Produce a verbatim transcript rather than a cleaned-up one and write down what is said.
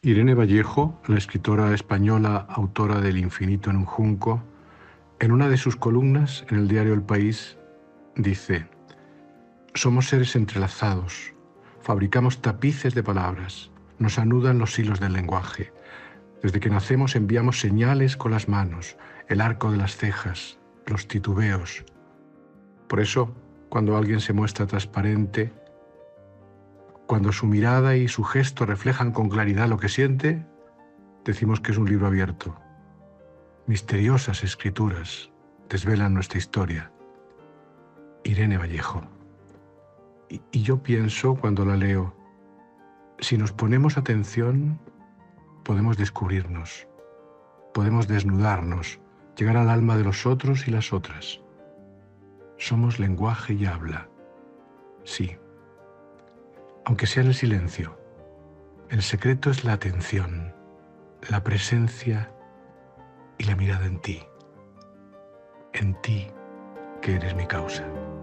Irene Vallejo, la escritora española, autora del Infinito en un junco, en una de sus columnas en el diario El País, dice: somos seres entrelazados, fabricamos tapices de palabras, nos anudan los hilos del lenguaje. Desde que nacemos enviamos señales con las manos, el arco de las cejas, los titubeos. Por eso, cuando alguien se muestra transparente, cuando su mirada y su gesto reflejan con claridad lo que siente, decimos que es un libro abierto. Misteriosas escrituras desvelan nuestra historia. Irene Vallejo. Y, y yo pienso cuando la leo, si nos ponemos atención, podemos descubrirnos, podemos desnudarnos, llegar al alma de los otros y las otras. Somos lenguaje y habla, sí, aunque sea en el silencio. El secreto es la atención, la presencia y la mirada en ti, en ti que eres mi causa.